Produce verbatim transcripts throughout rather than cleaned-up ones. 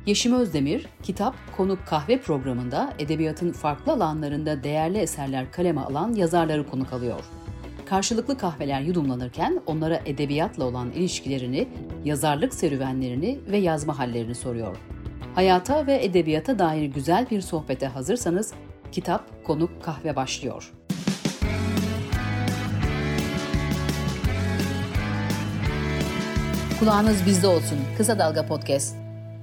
Yeşim Özdemir, Kitap, Konuk, Kahve programında edebiyatın farklı alanlarında değerli eserler kaleme alan yazarları konuk alıyor. Karşılıklı kahveler yudumlanırken onlara edebiyatla olan ilişkilerini, yazarlık serüvenlerini ve yazma hallerini soruyor. Hayata ve edebiyata dair güzel bir sohbete hazırsanız Kitap, Konuk, Kahve başlıyor. Kulağınız bizde olsun. Kısa Dalga Podcast.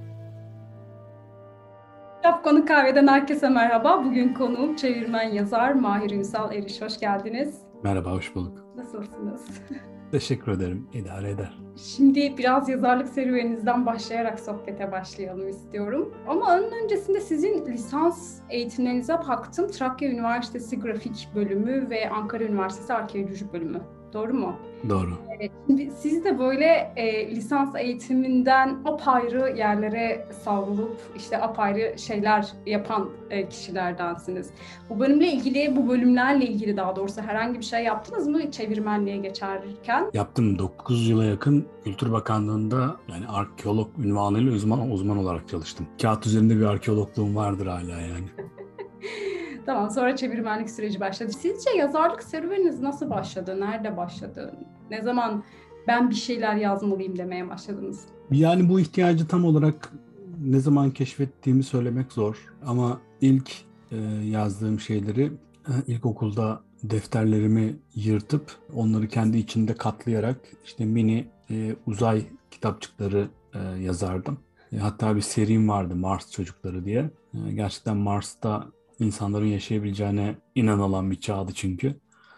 Kitap Konuk Kahve'den herkese merhaba. Bugün konuğum çevirmen yazar Mahir Ünsal Eriş. Hoş geldiniz. Merhaba, hoş bulduk. Nasılsınız? Teşekkür ederim, idare eder. Şimdi biraz yazarlık serüveninizden başlayarak sohbete başlayalım istiyorum. Ama onun öncesinde sizin lisans eğitimlerinize baktım. Trakya Üniversitesi Grafik Bölümü ve Ankara Üniversitesi Arkeoloji Bölümü. Doğru mu? Doğru. Evet, şimdi siz de böyle e, lisans eğitiminden apayrı yerlere savrulup işte apayrı şeyler yapan e, kişilerdensiniz. Bu bölümle ilgili, bu bölümlerle ilgili daha doğrusu herhangi bir şey yaptınız mı çevirmenliğe geçerken? Yaptım. dokuz yıla yakın Kültür Bakanlığı'nda yani arkeolog ünvanıyla uzman, uzman olarak çalıştım. Kağıt üzerinde bir arkeologluğum vardır hala yani. Tamam, sonra çevirmenlik süreci başladı. Sizce yazarlık serüveniniz nasıl başladı? Nerede başladı? Ne zaman ben bir şeyler yazmalıyım demeye başladınız? Yani bu ihtiyacı tam olarak ne zaman keşfettiğimi söylemek zor. Ama ilk e, yazdığım şeyleri e, ilkokulda defterlerimi yırtıp onları kendi içinde katlayarak işte mini e, uzay kitapçıkları e, yazardım. E, hatta bir serim vardı, Mars Çocukları diye. E, gerçekten Mars'ta insanların yaşayabileceğine inanılan bir çağdı çünkü.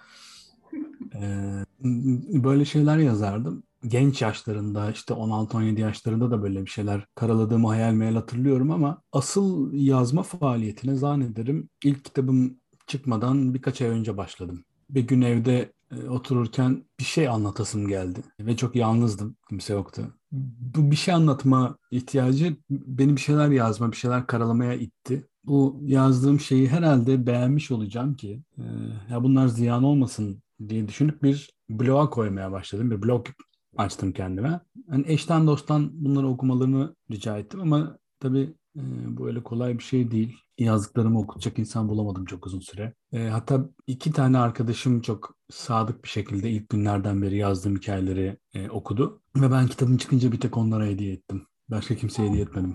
Ee, böyle şeyler yazardım. Genç yaşlarında işte on altı on yedi yaşlarında da böyle bir şeyler karaladığımı hayal meyal hatırlıyorum ama asıl yazma faaliyetine zannederim ilk kitabım çıkmadan birkaç ay önce başladım. Bir gün evde e, otururken bir şey anlatasım geldi ve çok yalnızdım. Kimse yoktu. Bu bir şey anlatma ihtiyacı beni bir şeyler yazma, bir şeyler karalamaya itti. Bu yazdığım şeyi herhalde beğenmiş olacağım ki e, ya bunlar ziyan olmasın diye düşünüp bir bloğa koymaya başladım. Bir blog açtım kendime. Yani eşten dosttan bunları okumalarını rica ettim ama tabii e, bu öyle kolay bir şey değil. Yazdıklarımı okutacak insan bulamadım çok uzun süre. E, hatta iki tane arkadaşım çok sadık bir şekilde ilk günlerden beri yazdığım hikayeleri e, okudu. Ve ben kitabım çıkınca bir tek onlara hediye ettim. Başka kimseye hediye etmedim.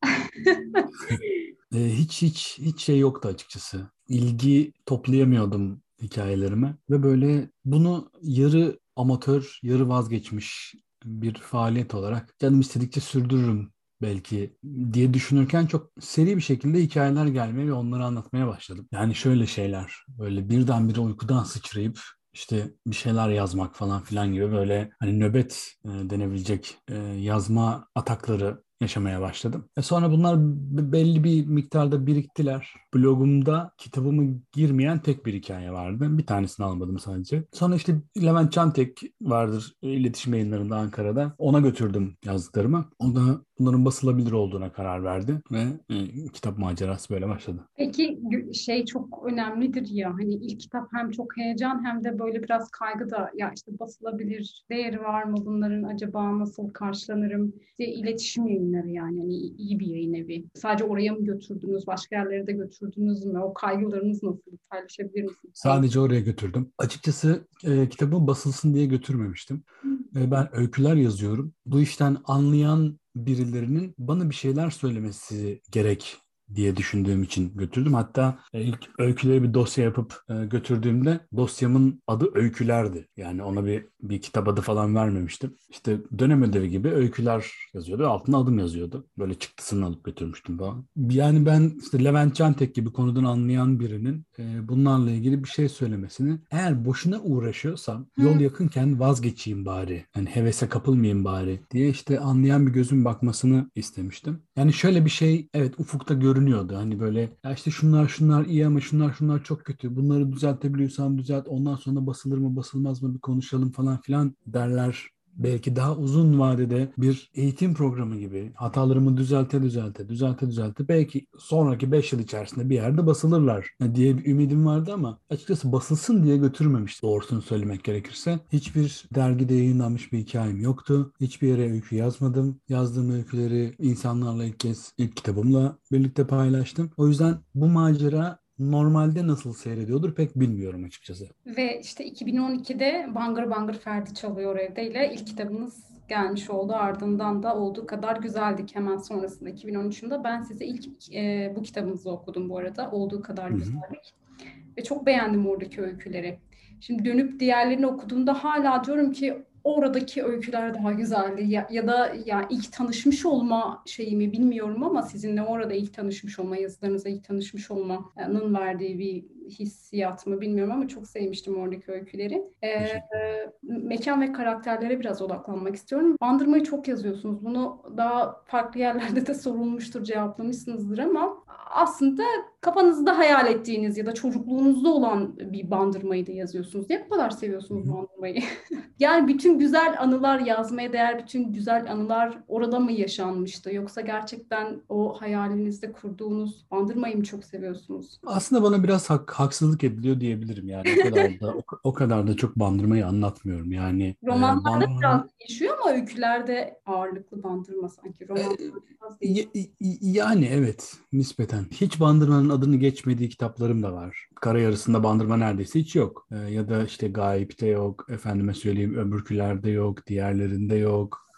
E, hiç hiç hiç şey yoktu açıkçası. İlgi toplayamıyordum hikayelerime ve böyle bunu yarı amatör, yarı vazgeçmiş bir faaliyet olarak canım istedikçe sürdürürüm belki diye düşünürken çok seri bir şekilde hikayeler gelmeye ve onları anlatmaya başladım. Yani şöyle şeyler, böyle birdenbire uykudan sıçrayıp işte bir şeyler yazmak falan filan gibi böyle hani nöbet e, denebilecek e, yazma atakları yaşamaya başladım. E sonra bunlar b- belli bir miktarda biriktiler. Blogumda kitabımı girmeyen tek bir hikaye vardı. Bir tanesini almadım sadece. Sonra işte Levent Çantek vardır e, iletişim yayınlarında Ankara'da. Ona götürdüm yazdıklarımı. O da bunların basılabilir olduğuna karar verdi ve e, kitap macerası böyle başladı. Peki şey çok önemlidir ya hani ilk kitap hem çok heyecan hem de böyle biraz kaygı da ya işte basılabilir değeri var mı bunların acaba nasıl karşılanırım diye iletişim yayınları yani hani iyi bir yayın evi. Sadece oraya mı götürdünüz başka yerlere de götürdünüz mü o kaygılarınız nasıl paylaşabilir misiniz? Sadece oraya götürdüm. Açıkçası e, kitabı basılsın diye götürmemiştim. E, ben öyküler yazıyorum. Bu işten anlayan birilerinin bana bir şeyler söylemesi gerek diye düşündüğüm için götürdüm. Hatta e, ilk öyküleri bir dosya yapıp e, götürdüğümde dosyamın adı Öykülerdi. Yani ona bir bir kitap adı falan vermemiştim. İşte dönem ödevi gibi öyküler yazıyordu. Altına adım yazıyordu. Böyle çıktısını alıp götürmüştüm falan. Yani ben işte Levent Cantek gibi konudan anlayan birinin e, bunlarla ilgili bir şey söylemesini eğer boşuna uğraşıyorsam yol yakınken vazgeçeyim bari. Yani hevese kapılmayayım bari diye işte anlayan bir gözün bakmasını istemiştim. Yani şöyle bir şey evet ufukta görünüyordu. Hani böyle ya işte şunlar şunlar iyi ama şunlar şunlar çok kötü. Bunları düzeltebiliyorsan düzelt. Ondan sonra basılır mı basılmaz mı bir konuşalım falan filan derler belki daha uzun vadede bir eğitim programı gibi hatalarımı düzelte düzelte düzelte düzelte belki sonraki beş yıl içerisinde bir yerde basılırlar diye bir ümidim vardı ama açıkçası basılsın diye götürmemişti doğrusunu söylemek gerekirse. Hiçbir dergide yayınlanmış bir hikayem yoktu. Hiçbir yere öykü yazmadım. Yazdığım öyküleri insanlarla ilk kez ilk kitabımla birlikte paylaştım. O yüzden bu macera normalde nasıl seyrediyordur pek bilmiyorum açıkçası. Ve işte iki bin on ikide Bangır Bangır Ferdi Çalıyor Evde'yle ilk kitabımız gelmiş oldu. Ardından da Olduğu Kadar Güzeldik hemen sonrasında iki bin on üçünde. Ben size ilk e, bu kitabınızı okudum bu arada. Olduğu Kadar Hı hı. Güzeldik. Ve çok beğendim oradaki öyküleri. Şimdi dönüp diğerlerini okuduğumda hala diyorum ki oradaki öyküler daha güzeldi. Ya, ya da ya ilk tanışmış olma şeyimi bilmiyorum ama sizinle orada ilk tanışmış olma, yazılarınıza ilk tanışmış olmanın verdiği bir hissiyat mı bilmiyorum ama çok sevmiştim oradaki öyküleri. Ee, Teşekkür ederim. mekan ve karakterlere biraz odaklanmak istiyorum. Bandırmayı çok yazıyorsunuz. Bunu daha farklı yerlerde de sorulmuştur, cevaplamışsınızdır ama aslında kafanızda hayal ettiğiniz ya da çocukluğunuzda olan bir bandırmayı da yazıyorsunuz. Niye bu kadar Hı seviyorsunuz hı. bandırmayı? Yani bütün güzel anılar, yazmaya değer bütün güzel anılar orada mı yaşanmıştı? Yoksa gerçekten o hayalinizde kurduğunuz bandırmayı mı çok seviyorsunuz? Aslında bana biraz hak, haksızlık ediliyor diyebilirim yani o kadar da o, o kadar da çok bandırmayı anlatmıyorum yani e, Romanlarda biraz bandırmanın yaşıyor ama öykülerde ağırlıklı bandırma sanki. e, Romanlarda biraz y- değişiyor. y- yani evet nispeten hiç bandırmanın adını geçmediği kitaplarım da var. Kara Yarısı'nda bandırma neredeyse hiç yok. E, ya da işte Gayip'te yok, efendime söyleyeyim Öbürkülerde yok, diğerlerinde yok.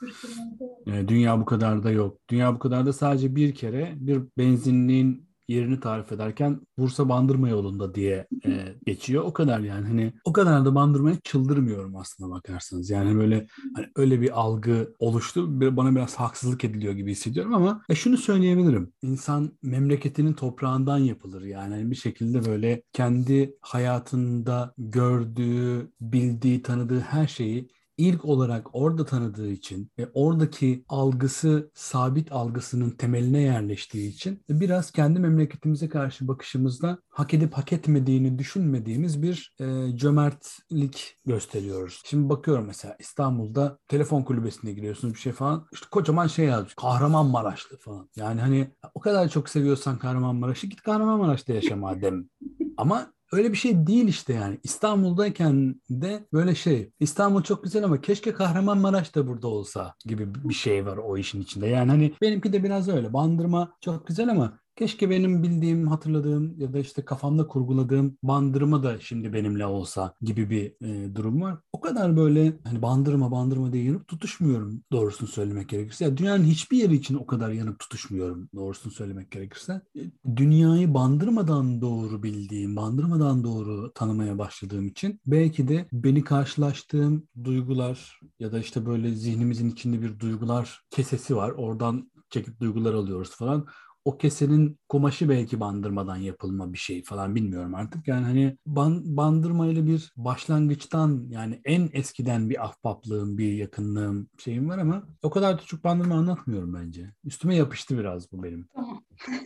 E, Dünya Bu Kadar da yok. Dünya Bu Kadar da sadece bir kere bir benzinliğin yerini tarif ederken Bursa Bandırma yolunda diye e, geçiyor. O kadar yani hani o kadar da bandırmaya çıldırmıyorum aslına bakarsanız. Yani böyle hani öyle bir algı oluştu. Bir- Bana biraz haksızlık ediliyor gibi hissediyorum ama e, şunu söyleyebilirim. İnsan memleketinin toprağından yapılır. Yani Hani bir şekilde böyle kendi hayatında gördüğü, bildiği, tanıdığı her şeyi ilk olarak orada tanıdığı için ve oradaki algısı sabit algısının temeline yerleştiği için biraz kendi memleketimize karşı bakışımızda hak edip hak etmediğini düşünmediğimiz bir e, cömertlik gösteriyoruz. Şimdi bakıyorum mesela İstanbul'da telefon kulübesine giriyorsunuz bir şey falan işte kocaman şey yazmış Kahramanmaraşlı falan. Yani hani o kadar çok seviyorsan Kahramanmaraş'ı git Kahramanmaraş'ta yaşa madem. Ama öyle bir şey değil işte yani. İstanbul'dayken de böyle şey. İstanbul çok güzel ama keşke Kahramanmaraş da burada olsa gibi bir şey var o işin içinde. Yani hani benimki de biraz öyle. Bandırma çok güzel ama keşke benim bildiğim, hatırladığım ya da işte kafamda kurguladığım bandırma da şimdi benimle olsa gibi bir e, durum var. O kadar böyle hani bandırma bandırma diye yanıp tutuşmuyorum doğrusunu söylemek gerekirse. Ya dünyanın hiçbir yeri için o kadar yanıp tutuşmuyorum doğrusunu söylemek gerekirse. E, Dünyayı bandırmadan doğru bildiğim, bandırmadan doğru tanımaya başladığım için belki de beni karşılaştığım duygular ya da işte böyle zihnimizin içinde bir duygular kesesi var. Oradan çekip duygular alıyoruz falan. O kesenin kumaşı belki bandırmadan yapılma bir şey falan bilmiyorum artık. Yani hani ban, bandırma ile bir başlangıçtan yani en eskiden bir ahbaplığım, bir yakınlığım şeyim var ama o kadar da çok bandırma anlatmıyorum bence. Üstüme yapıştı biraz bu benim. Tamam.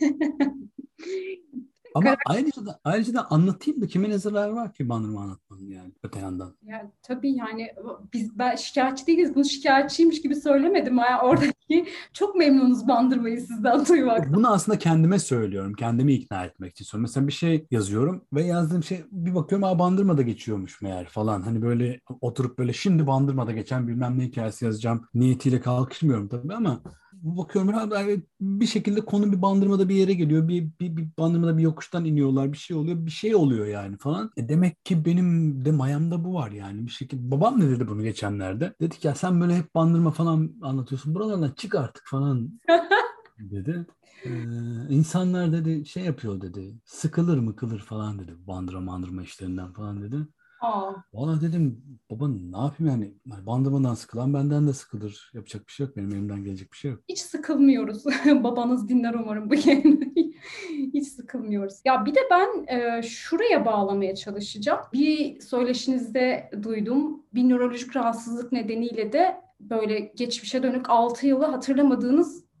Ama ayrıca da, ayrıca da anlatayım da kime ne zararı var ki bandırma anlatmanın yani öte yandan. Ya, tabii yani biz ben şikayetçi değiliz. Bunu şikayetçiymiş gibi söylemedim. Ya, oradaki çok memnunuz bandırmayı sizden duymaktan. Bunu aslında kendime söylüyorum. Kendimi ikna etmek için söylüyorum. Mesela bir şey yazıyorum ve yazdığım şey bir bakıyorum aa Bandırma'da geçiyormuş meğer falan. Hani böyle oturup böyle şimdi Bandırma'da geçen bilmem ne hikayesi yazacağım niyetiyle kalkışmıyorum tabii ama bakıyorum ha, evet, bir şekilde konu bir Bandırma'da bir yere geliyor. Bir, bir, bir Bandırma'da bir yokuştan iniyorlar. Bir şey oluyor. Bir şey oluyor yani falan. E demek ki benim de mayamda bu var yani. Bir şekilde babam ne dedi bunu geçenlerde? Dedi ki ya sen böyle hep Bandırma falan anlatıyorsun. Buralardan çık artık falan dedi. Ee, insanlar dedi şey yapıyor dedi. Sıkılır mı kılır falan dedi. Bandıra mandırma işlerinden falan dedi. Aa, Valla dedim baba ne yapayım yani. Hani bandırmadan sıkılan benden de sıkılır. Yapacak bir şey yok. Benim elimden gelecek bir şey yok. hiç sıkılmıyoruz. Babanız dinler umarım bu yayını. Hiç sıkılmıyoruz. Ya bir de ben e, şuraya bağlamaya çalışacağım. Bir söyleşinizde duydum. Bir nörolojik rahatsızlık nedeniyle de böyle geçmişe dönük altı yılı hatırlamadığınız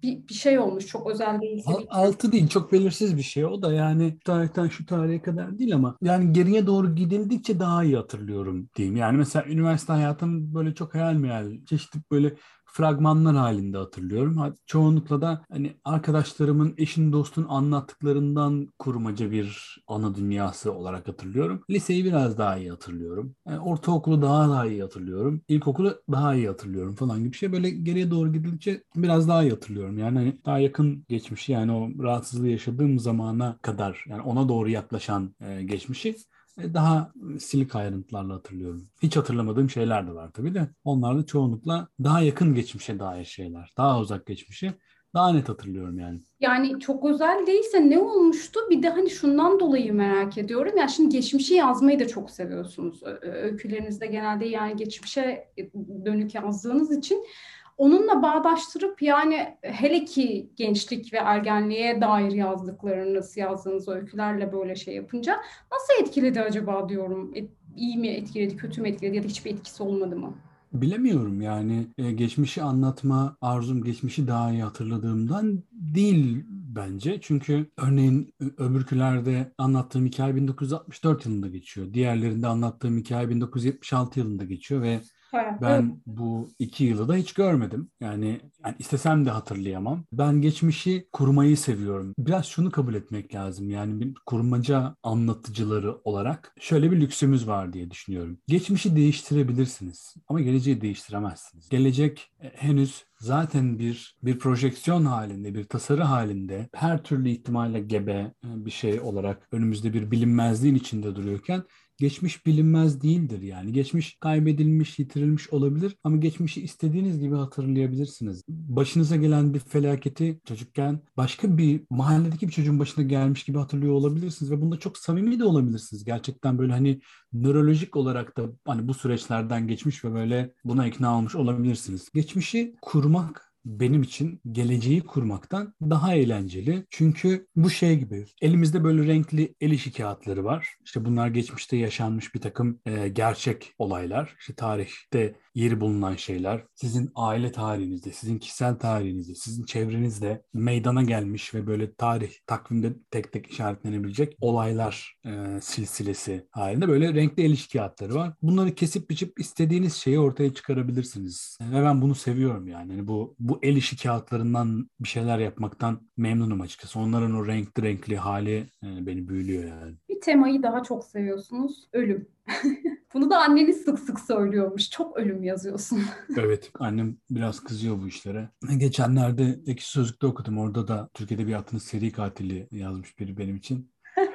bir, bir şey olmuş. Çok özel değilse Al- bilmiyorum. Altı değil, çok belirsiz bir şey o da, yani şu tarihten şu tarihe kadar değil ama yani geriye doğru gidildikçe daha iyi hatırlıyorum diyeyim. Yani mesela üniversite hayatım böyle çok hayal meyal, çeşitli böyle fragmanlar halinde hatırlıyorum. Ha- Çoğunlukla da hani arkadaşlarımın, eşin, dostun anlattıklarından kurmaca bir ana dünyası olarak hatırlıyorum. Liseyi biraz daha iyi hatırlıyorum. Yani ortaokulu daha daha iyi hatırlıyorum. İlkokulu daha iyi hatırlıyorum falan gibi bir şey. Böyle geriye doğru gidildikçe biraz daha iyi hatırlıyorum. Yani hani daha yakın geçmişi, yani o rahatsızlığı yaşadığım zamana kadar, yani ona doğru yaklaşan e, geçmişi e, daha silik ayrıntılarla hatırlıyorum. Hiç hatırlamadığım şeyler de var tabii de. Onlar da çoğunlukla daha yakın geçmişe dair şeyler. Daha uzak geçmişi daha net hatırlıyorum yani. Yani çok özel değilse ne olmuştu? Bir de hani şundan dolayı merak ediyorum. Ya şimdi geçmişi yazmayı da çok seviyorsunuz. Ö- ö- Öykülerinizde genelde yani geçmişe dönük yazdığınız için onunla bağdaştırıp yani hele ki gençlik ve ergenliğe dair yazdıklarınız, yazdığınız öykülerle böyle şey yapınca nasıl etkiledi acaba diyorum. Et, iyi mi etkiledi, kötü mü etkiledi ya da hiçbir etkisi olmadı mı? Bilemiyorum yani, e, geçmişi anlatma arzum geçmişi daha iyi hatırladığımdan değil bence. Çünkü örneğin ö- öbürkülerde anlattığım hikaye bin dokuz yüz altmış dört yılında geçiyor. Diğerlerinde anlattığım hikaye bin dokuz yüz yetmiş altı yılında geçiyor ve Ha, evet. ben bu iki yılı da hiç görmedim. Yani, yani istesem de hatırlayamam. Ben geçmişi kurmayı seviyorum. Biraz şunu kabul etmek lazım. Yani bir kurmaca anlatıcıları olarak şöyle bir lüksümüz var diye düşünüyorum. Geçmişi değiştirebilirsiniz ama geleceği değiştiremezsiniz. Gelecek e, henüz zaten bir bir projeksiyon halinde, bir tasarı halinde, her türlü ihtimalle gebe e, bir şey olarak önümüzde bir bilinmezliğin içinde duruyorken, geçmiş bilinmez değildir yani. Geçmiş kaybedilmiş, yitirilmiş olabilir ama geçmişi istediğiniz gibi hatırlayabilirsiniz. Başınıza gelen bir felaketi çocukken başka bir mahalledeki bir çocuğun başına gelmiş gibi hatırlıyor olabilirsiniz ve bunda çok samimi de olabilirsiniz. Gerçekten böyle hani nörolojik olarak da hani bu süreçlerden geçmiş ve böyle buna ikna olmuş olabilirsiniz. Geçmişi kurmak benim için geleceği kurmaktan daha eğlenceli. Çünkü bu şey gibi, elimizde böyle renkli el işi kağıtları var. İşte bunlar geçmişte yaşanmış bir takım e, gerçek olaylar. İşte tarihte yeri bulunan şeyler. Sizin aile tarihinizde, sizin kişisel tarihinizde, sizin çevrenizde meydana gelmiş ve böyle tarih takvimde tek tek işaretlenebilecek olaylar e, silsilesi halinde böyle renkli el işi kağıtları var. Bunları kesip biçip istediğiniz şeyi ortaya çıkarabilirsiniz. Ve ben bunu seviyorum yani. Hani bu bu el işi kağıtlarından bir şeyler yapmaktan memnunum açıkçası. Onların o renkli renkli hali e, beni büyülüyor yani. Bir temayı daha çok seviyorsunuz. Ölüm. Bunu da anneniz sık sık söylüyormuş. Çok ölüm yazıyorsun. Evet, annem biraz kızıyor bu işlere. Geçenlerde Ekşi Sözlük'te okudum. Orada da Türk Edebiyatı'nın seri katili yazmış biri benim için.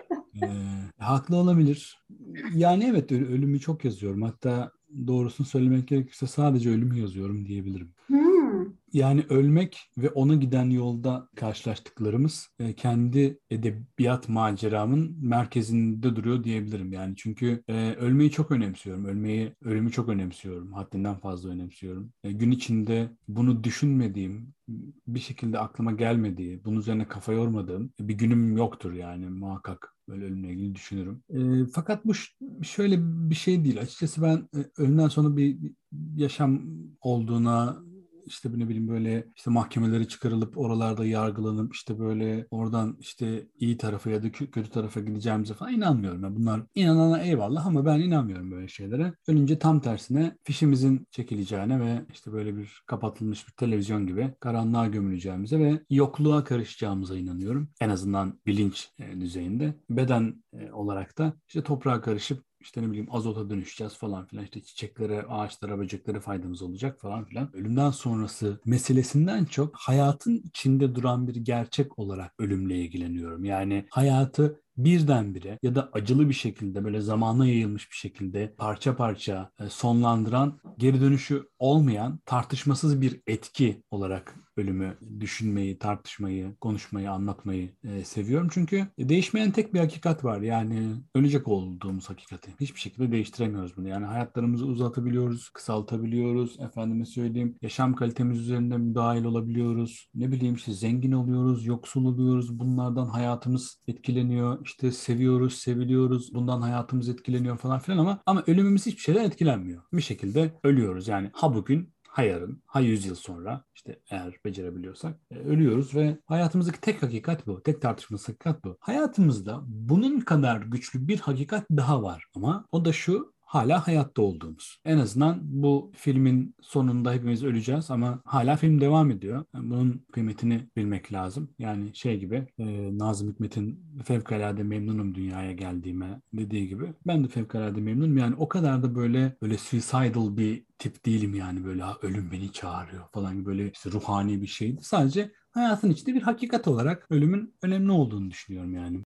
Ee, haklı olabilir. Yani evet, ö- ölümü çok yazıyorum. Hatta doğrusunu söylemek gerekirse sadece ölümü yazıyorum diyebilirim. Hmm. Yani ölmek ve ona giden yolda karşılaştıklarımız e, kendi edebiyat maceramın merkezinde duruyor diyebilirim. Yani çünkü e, ölmeyi çok önemsiyorum. Ölmeyi, ölümü çok önemsiyorum. Haddinden fazla önemsiyorum. E, gün içinde bunu düşünmediğim, bir şekilde aklıma gelmediği, bunun üzerine kafa yormadığım bir günüm yoktur yani, muhakkak böyle ölümle ilgili düşünürüm. E, fakat bu ş- şöyle bir şey değil. Açıkçası ben e, ölümden sonra bir bir yaşam olduğuna, işte bu ne bileyim böyle işte mahkemelere çıkarılıp oralarda yargılanıp işte böyle oradan işte iyi tarafa ya da kö- kötü tarafa gideceğimize falan inanmıyorum. Yani bunlar inanana eyvallah ama ben inanmıyorum böyle şeylere. Ölünce tam tersine fişimizin çekileceğine ve işte böyle bir kapatılmış bir televizyon gibi karanlığa gömüleceğimize ve yokluğa karışacağımıza inanıyorum. En azından bilinç e, düzeyinde. Beden e, olarak da işte toprağa karışıp işte ne bileyim azota dönüşeceğiz falan filan, işte çiçeklere, ağaçlara, böceklere faydamız olacak falan filan. Ölümden sonrası meselesinden çok hayatın içinde duran bir gerçek olarak ölümle ilgileniyorum. Yani hayatı birdenbire ya da acılı bir şekilde böyle zamana yayılmış bir şekilde parça parça e, sonlandıran, geri dönüşü olmayan, tartışmasız bir etki olarak ölümü düşünmeyi, tartışmayı, konuşmayı, anlatmayı e, seviyorum. Çünkü değişmeyen tek bir hakikat var. Yani ölecek olduğumuz hakikati. Hiçbir şekilde değiştiremiyoruz bunu. Yani hayatlarımızı uzatabiliyoruz, kısaltabiliyoruz. Efendime söyleyeyim, yaşam kalitemiz üzerinde müdahil olabiliyoruz. Ne bileyim işte zengin oluyoruz, yoksul oluyoruz. Bunlardan hayatımız etkileniyor. İşte seviyoruz, seviliyoruz. Bundan hayatımız etkileniyor falan filan ama ama ölümümüz hiçbir şeyden etkilenmiyor. Bir şekilde ölüyoruz. Yani ha bugün, ha yarın, ha yüz yıl sonra işte eğer becerebiliyorsak e, ölüyoruz ve hayatımızdaki tek hakikat bu. Tek tartışmasız hakikat bu. Hayatımızda bunun kadar güçlü bir hakikat daha var ama o da şu: hala hayatta olduğumuz. En azından bu filmin sonunda hepimiz öleceğiz ama hala film devam ediyor. Yani bunun kıymetini bilmek lazım. Yani şey gibi e, Nazım Hikmet'in fevkalade memnunum dünyaya geldiğime dediği gibi ben de fevkalade memnunum. Yani o kadar da böyle böyle suicidal bir tip değilim yani böyle "Ha, ölüm beni çağırıyor" falan gibi böyle işte ruhani bir şeydi. Sadece hayatın içinde bir hakikat olarak ölümün önemli olduğunu düşünüyorum yani.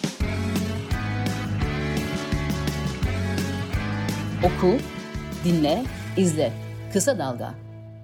Oku, dinle, izle. Kısa Dalga.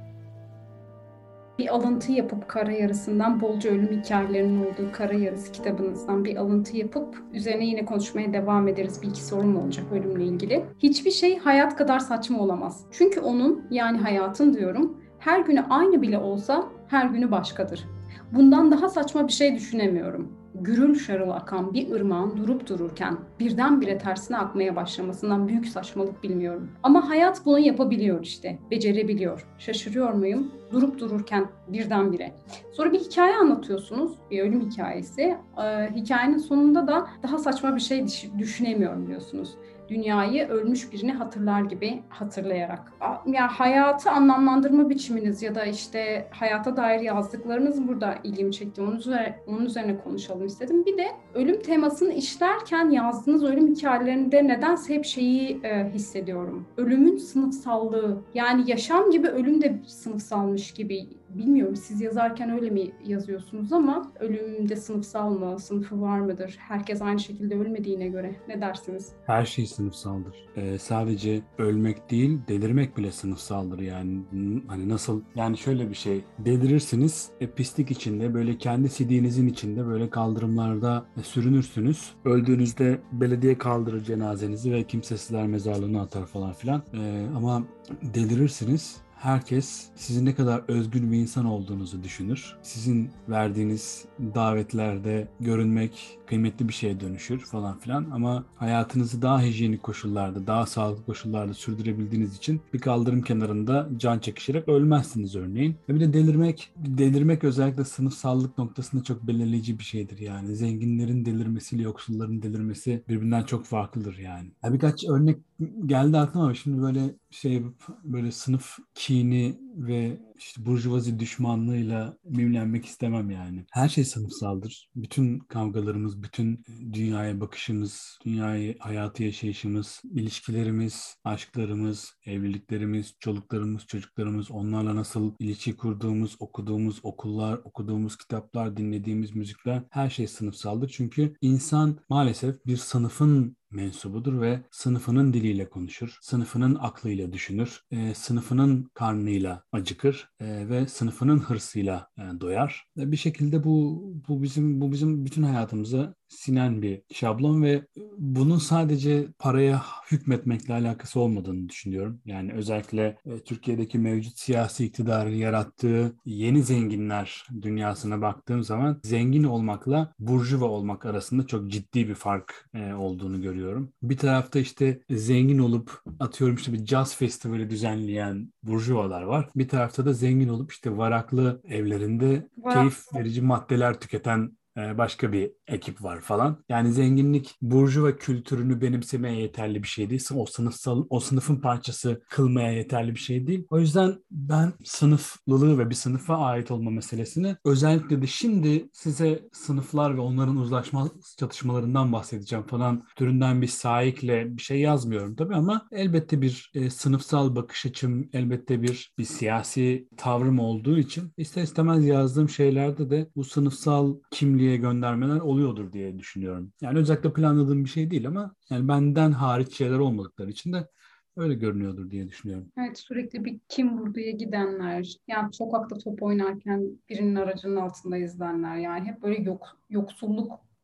Bir alıntı yapıp Kara Yarısı'ndan, bolca ölüm hikayelerinin olduğu Kara Yarısı kitabınızdan bir alıntı yapıp üzerine yine konuşmaya devam ederiz. Bir iki sorum olacak ölümle ilgili. Hiçbir şey hayat kadar saçma olamaz. Çünkü onun, yani hayatın diyorum, her günü aynı bile olsa her günü başkadır. Bundan daha saçma bir şey düşünemiyorum. Gürül şarıl akan bir ırmağın durup dururken birdenbire tersine akmaya başlamasından büyük saçmalık bilmiyorum. Ama hayat bunu yapabiliyor işte, becerebiliyor. Şaşırıyor muyum? Durup dururken birdenbire. Sonra bir hikaye anlatıyorsunuz, bir ölüm hikayesi. Ee, hikayenin sonunda da daha saçma bir şey düşünemiyorum diyorsunuz. Dünyayı ölmüş birini hatırlar gibi hatırlayarak. Ya hayatı anlamlandırma biçiminiz ya da işte hayata dair yazdıklarınız burada ilgimi çekti. Onun üzerine, onun üzerine konuşalım istedim. Bir de ölüm temasını işlerken yazdığınız ölüm hikayelerinde nedense hep şeyi e, hissediyorum. Ölümün sınıfsallığı. Yani yaşam gibi ölüm de sınıfsalmış gibi. Bilmiyorum siz yazarken öyle mi yazıyorsunuz ama ölümde sınıfsal mı, sınıfı var mıdır? Herkes aynı şekilde ölmediğine göre. Ne dersiniz? Her şey sınıfsaldır. Ee, sadece ölmek değil, delirmek bile sınıfsaldır yani. N- Hani nasıl? Yani şöyle bir şey. Delirirsiniz, e, pislik içinde, böyle kendi sidiğinizin içinde böyle kaldırımlarda e, sürünürsünüz. Öldüğünüzde belediye kaldırır cenazenizi ve kimsesizler mezarlığına atar falan filan. Ee, ama delirirsiniz. Herkes sizin ne kadar özgür bir insan olduğunuzu düşünür. Sizin verdiğiniz davetlerde görünmek kıymetli bir şeye dönüşür falan filan. Ama hayatınızı daha hijyenik koşullarda, daha sağlıklı koşullarda sürdürebildiğiniz için bir kaldırım kenarında can çekişerek ölmezsiniz örneğin. Ve bir de delirmek, delirmek özellikle sınıfsallık noktasında çok belirleyici bir şeydir yani. Zenginlerin delirmesiyle yoksulların delirmesi birbirinden çok farklıdır yani. Ya birkaç örnek geldi aklıma, şimdi böyle şey yapıp böyle sınıf kini ve işte burjuvazi düşmanlığıyla mimlenmek istemem yani. Her şey sınıfsaldır. Bütün kavgalarımız, bütün dünyaya bakışımız, dünyayı, hayatı yaşayışımız, ilişkilerimiz, aşklarımız, evliliklerimiz, çoluklarımız, çocuklarımız, onlarla nasıl ilişki kurduğumuz, okuduğumuz okullar, okuduğumuz kitaplar, dinlediğimiz müzikler, her şey sınıfsaldır. Çünkü insan maalesef bir sınıfın mensubudur ve sınıfının diliyle konuşur, sınıfının aklıyla düşünür, e, sınıfının karnıyla acıkır e, ve sınıfının hırsıyla e, doyar. E, bir şekilde bu bu bizim bu bizim bütün hayatımıza sinen bir şablon ve bunun sadece paraya hükmetmekle alakası olmadığını düşünüyorum. Yani özellikle e, Türkiye'deki mevcut siyasi iktidarın yarattığı yeni zenginler dünyasına baktığım zaman zengin olmakla burjuva olmak arasında çok ciddi bir fark e, olduğunu görüyorum. Bir tarafta işte zengin olup atıyorum işte bir caz festivali düzenleyen burjuvalar var. Bir tarafta da zengin olup işte varaklı evlerinde Var. keyif verici maddeler tüketen e, başka bir ekip var falan. Yani zenginlik burjuva kültürünü benimsemeye yeterli bir şey değil. O sınıfsal, o sınıfın parçası kılmaya yeterli bir şey değil. O yüzden ben sınıflılığı ve bir sınıfa ait olma meselesini, özellikle de şimdi size sınıflar ve onların uzlaşma çatışmalarından bahsedeceğim falan türünden bir saikle bir şey yazmıyorum tabii ama elbette bir e, sınıfsal bakış açım, elbette bir bir siyasi tavrım olduğu için ister istemez yazdığım şeylerde de bu sınıfsal kimliğe göndermeler oluyordur diye düşünüyorum. Yani özellikle planladığım bir şey değil ama yani benden hariç şeyler olmadıkları için de öyle görünüyordur diye düşünüyorum. Evet, sürekli bir kim vurduya gidenler, yani sokakta top oynarken birinin aracının altında izlenenler, yani hep böyle yok, yoksulluk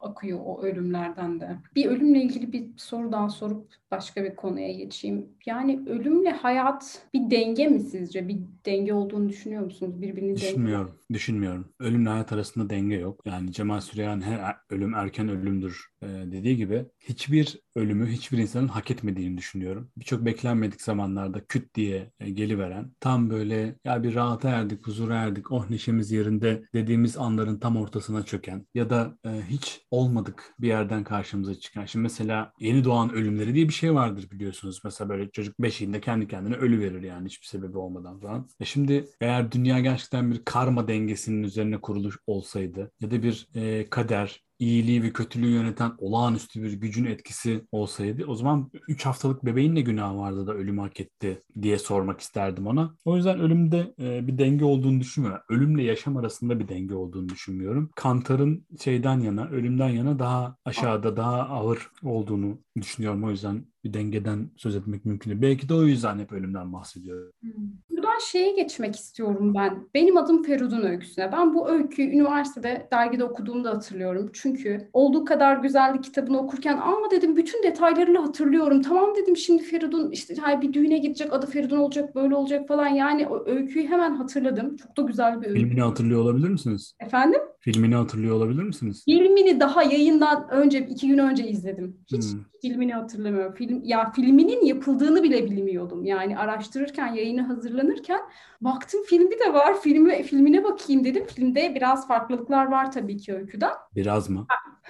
akıyor o ölümlerden de. Bir ölümle ilgili bir soru daha sorup başka bir konuya geçeyim. Yani ölümle hayat bir denge mi sizce? Bir denge olduğunu düşünüyor musunuz? Birbirini denge. Düşünmüyorum, düşünmüyorum. Ölümle hayat arasında denge yok. Yani Cemal Süreyya'nın her ölüm erken ölümdür e, dediği gibi hiçbir ölümü hiçbir insanın hak etmediğini düşünüyorum. Birçok beklenmedik zamanlarda küt diye e, geliveren, tam böyle ya bir rahata erdik, huzura erdik, oh neşemiz yerinde dediğimiz anların tam ortasına çöken ya da e, hiç olmadık bir yerden karşımıza çıkan. Şimdi mesela yeni doğan ölümleri diye bir şey vardır biliyorsunuz. Mesela böyle çocuk beşiğinde kendi kendine ölü verir yani hiçbir sebebi olmadan falan. E şimdi eğer dünya gerçekten bir karma dengesinin üzerine kuruluş olsaydı ya da bir e, kader, iyiliği ve kötülüğü yöneten olağanüstü bir gücün etkisi olsaydı o zaman üç haftalık bebeğin ne günahı vardı da ölümü hak etti diye sormak isterdim ona. O yüzden ölümde e, bir denge olduğunu düşünmüyorum. Ölümle yaşam arasında bir denge olduğunu düşünmüyorum. Kantar'ın şeyden yana, ölümden yana daha aşağıda, daha ağır olduğunu düşünüyorum. O yüzden bir dengeden söz etmek mümkün değil. Belki de o yüzden hep ölümden bahsediyorum. Hmm. Buradan şeye geçmek istiyorum ben. Benim adım Ferud'un öyküsüne. Ben bu öyküyü üniversitede dergide okuduğumda hatırlıyorum. Çünkü olduğu kadar güzeldi kitabını okurken ama dedim bütün detaylarıyla hatırlıyorum. Tamam dedim şimdi Ferud'un işte hay bir düğüne gidecek, adı Ferud'un olacak, böyle olacak falan. Yani o öyküyü hemen hatırladım. Çok da güzel bir öykü. Filmini hatırlıyor olabilir misiniz? Efendim? Filmini hatırlıyor olabilir misiniz? Filmini daha yayından önce, iki gün önce izledim. Hiç Hmm. filmini hatırlamıyorum. Film, ya filminin yapıldığını bile bilmiyordum. Yani araştırırken, yayını hazırlanırken baktım filmi de var. Filmi, filmine bakayım dedim. Filmde biraz farklılıklar var tabii ki öyküden. Biraz mı?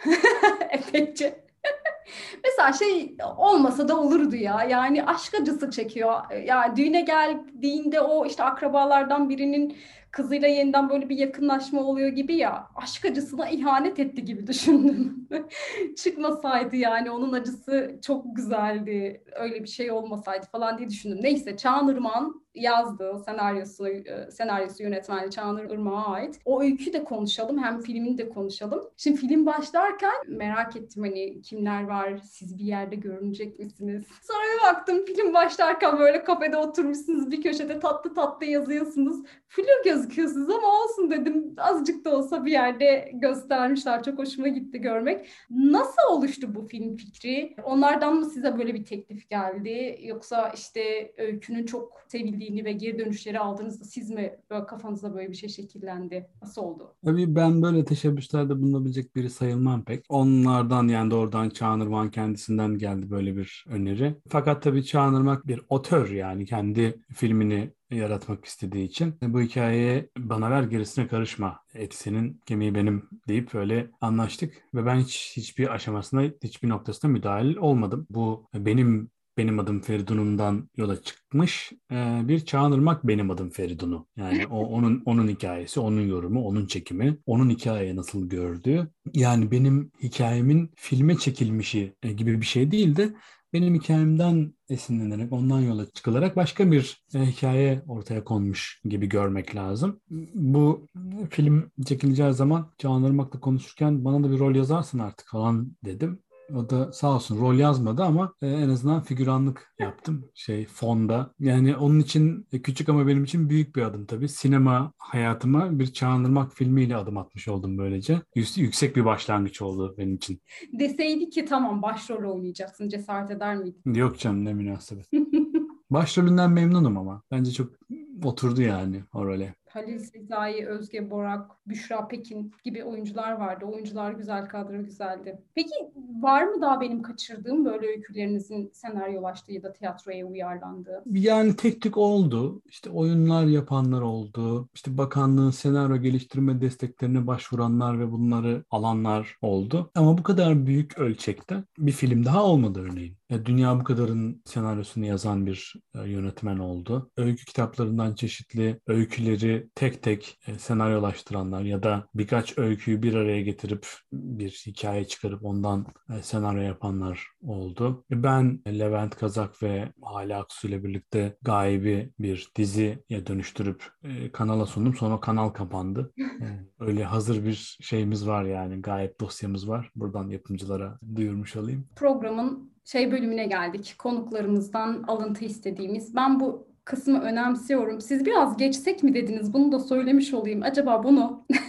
Epeyce. Mesela şey olmasa da olurdu ya. Yani aşk acısı çekiyor. Ya düğüne geldiğinde o işte akrabalardan birinin kızıyla yeniden böyle bir yakınlaşma oluyor gibi ya. Aşk acısına ihanet etti gibi düşündüm. Çıkmasaydı yani onun acısı çok güzeldi. Öyle bir şey olmasaydı falan diye düşündüm. Neyse Çağan Irmak'ın yazdığı senaryosu, senaryosu yönetmenliği Çağan Irmak'a ait. O öyküyü de konuşalım. Hem filmini de konuşalım. Şimdi film başlarken merak ettim hani kimler var, siz bir yerde görünecek misiniz? Sonra bir baktım film başlarken böyle kafede oturmuşsunuz bir köşede tatlı tatlı yazıyorsunuz. Flu gözüküyorsunuz ama olsun dedim. Azıcık da olsa bir yerde göstermişler. Çok hoşuma gitti görmek. Nasıl oluştu bu film fikri? Onlardan mı size böyle bir teklif geldi? Yoksa işte öykünün çok sevildiğini ve geri dönüşleri aldığınızda siz mi böyle kafanızda böyle bir şey şekillendi? Nasıl oldu? Tabii ben böyle teşebbüslerde bulunabilecek biri sayılmam pek. Onlardan yani doğrudan Çağınırmak'ın kendisinden geldi böyle bir öneri. Fakat tabii Çağınırmak bir otör yani kendi filmini yaratmak istediği için bu hikayeye bana ver gerisine karışma. Eti senin kemiği benim deyip öyle anlaştık ve ben hiç hiçbir aşamasında hiçbir noktasında müdahil olmadım. Bu benim benim adım Feridun'umdan yola çıkmış e, bir Çağınırmak benim adım Feridun'u. Yani o onun onun hikayesi, onun yorumu, onun çekimi, onun hikayeyi nasıl gördüğü. Yani benim hikayemin filme çekilmişi e, gibi bir şey değil de benim hikayemden esinlenerek, ondan yola çıkılarak başka bir e, hikaye ortaya konmuş gibi görmek lazım. Bu film çekileceği zaman Çağınırmak'la konuşurken bana da bir rol yazarsın artık falan dedim. O da sağ olsun rol yazmadı ama e, en azından figüranlık yaptım şey fonda. Yani onun için e, küçük ama benim için büyük bir adım tabii. Sinema hayatıma bir Çağınırmak filmiyle adım atmış oldum böylece. Yü- yüksek bir başlangıç oldu benim için. Deseydi ki tamam başrol oynayacaksın cesaret eder miydin? Yok canım ne münasebet. Başrolünden memnunum ama. Bence çok oturdu yani o role. Halil Sezai, Özge Borak, Büşra Pekin gibi oyuncular vardı. Oyuncular güzel, kadro güzeldi. Peki var mı daha benim kaçırdığım böyle öykülerinizin senaryolaştığı ya da tiyatroya uyarlandığı? Yani tek tük oldu. İşte oyunlar yapanlar oldu. İşte bakanlığın senaryo geliştirme desteklerine başvuranlar ve bunları alanlar oldu. Ama bu kadar büyük ölçekte bir film daha olmadı örneğin. Ya dünya bu kadarın senaryosunu yazan bir e, yönetmen oldu. Öykü kitaplarından çeşitli öyküleri tek tek e, senaryolaştıranlar ya da birkaç öyküyü bir araya getirip bir hikaye çıkarıp ondan e, senaryo yapanlar oldu. E, Ben Levent Kazak ve Hale Aksu ile birlikte Gaybi bir diziye dönüştürüp e, kanala sundum. Sonra kanal kapandı. E, öyle hazır bir şeyimiz var yani. Gayip dosyamız var. Buradan yapımcılara duyurmuş olayım. Programın şey bölümüne geldik. Konuklarımızdan alıntı istediğimiz. Ben bu kısmı önemsiyorum. Siz biraz geçsek mi dediniz? Bunu da söylemiş olayım. Acaba bunu